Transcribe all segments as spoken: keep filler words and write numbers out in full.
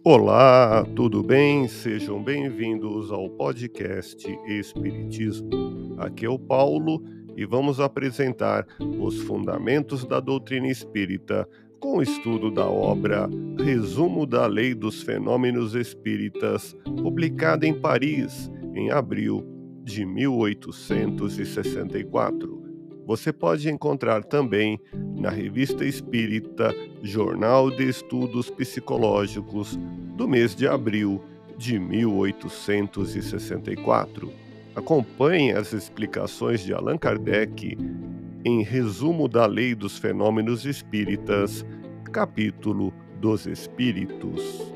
Olá, tudo bem? Sejam bem-vindos ao podcast Espiritismo. Aqui é o Paulo e vamos apresentar os fundamentos da doutrina espírita com o estudo da obra Resumo da Lei dos Fenômenos Espíritas, publicada em Paris em abril de mil oitocentos e sessenta e quatro. Você pode encontrar também na Revista Espírita Jornal de Estudos Psicológicos do mês de abril de mil oitocentos e sessenta e quatro. Acompanhe as explicações de Allan Kardec em Resumo da Lei dos Fenômenos Espíritas, capítulo dos Espíritos.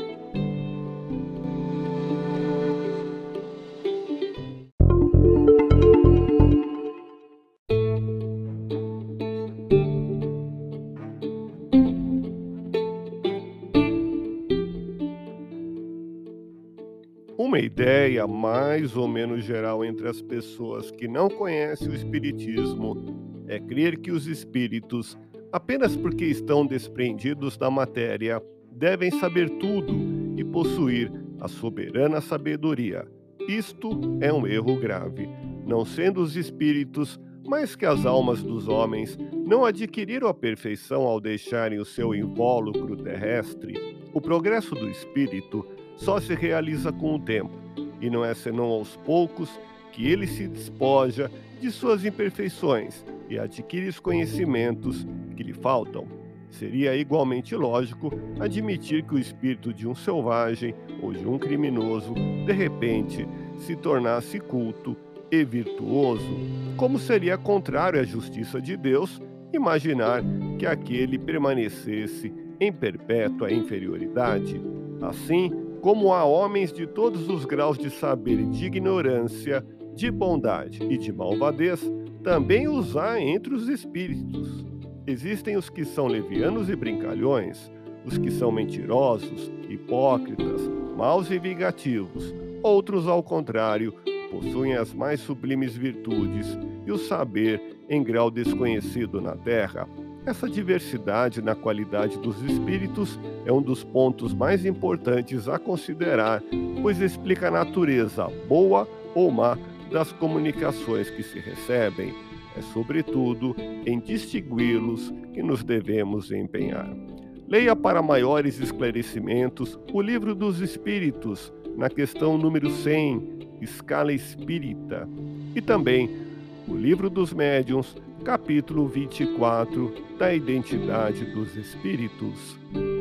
Uma ideia mais ou menos geral entre as pessoas que não conhecem o Espiritismo é crer que os espíritos, apenas porque estão desprendidos da matéria, devem saber tudo e possuir a soberana sabedoria. Isto é um erro grave, não sendo os espíritos mais que as almas dos homens não adquiriram a perfeição ao deixarem o seu invólucro terrestre. O progresso do espírito só se realiza com o tempo, e não é senão aos poucos que ele se despoja de suas imperfeições e adquire os conhecimentos que lhe faltam. Seria igualmente lógico admitir que o espírito de um selvagem ou de um criminoso, de repente, se tornasse culto e virtuoso, como seria contrário à justiça de Deus imaginar que aquele permanecesse em perpétua inferioridade. Assim, como há homens de todos os graus de saber e de ignorância, de bondade e de malvadez, também os há entre os espíritos. Existem os que são levianos e brincalhões, os que são mentirosos, hipócritas, maus e vingativos. Outros, ao contrário, possuem as mais sublimes virtudes e o saber em grau desconhecido na terra. Essa diversidade na qualidade dos espíritos é um dos pontos mais importantes a considerar, pois explica a natureza boa ou má das comunicações que se recebem. É, sobretudo, em distingui-los que nos devemos empenhar. Leia para maiores esclarecimentos o Livro dos Espíritos, na questão número cem, Escala Espírita, e também o Livro dos Médiuns, capítulo vinte e quatro, da Identidade dos Espíritos.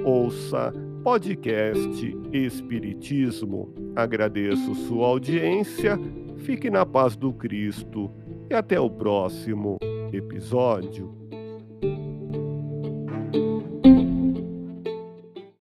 Ouça podcast Espiritismo. Agradeço sua audiência, fique na paz do Cristo e até o próximo episódio.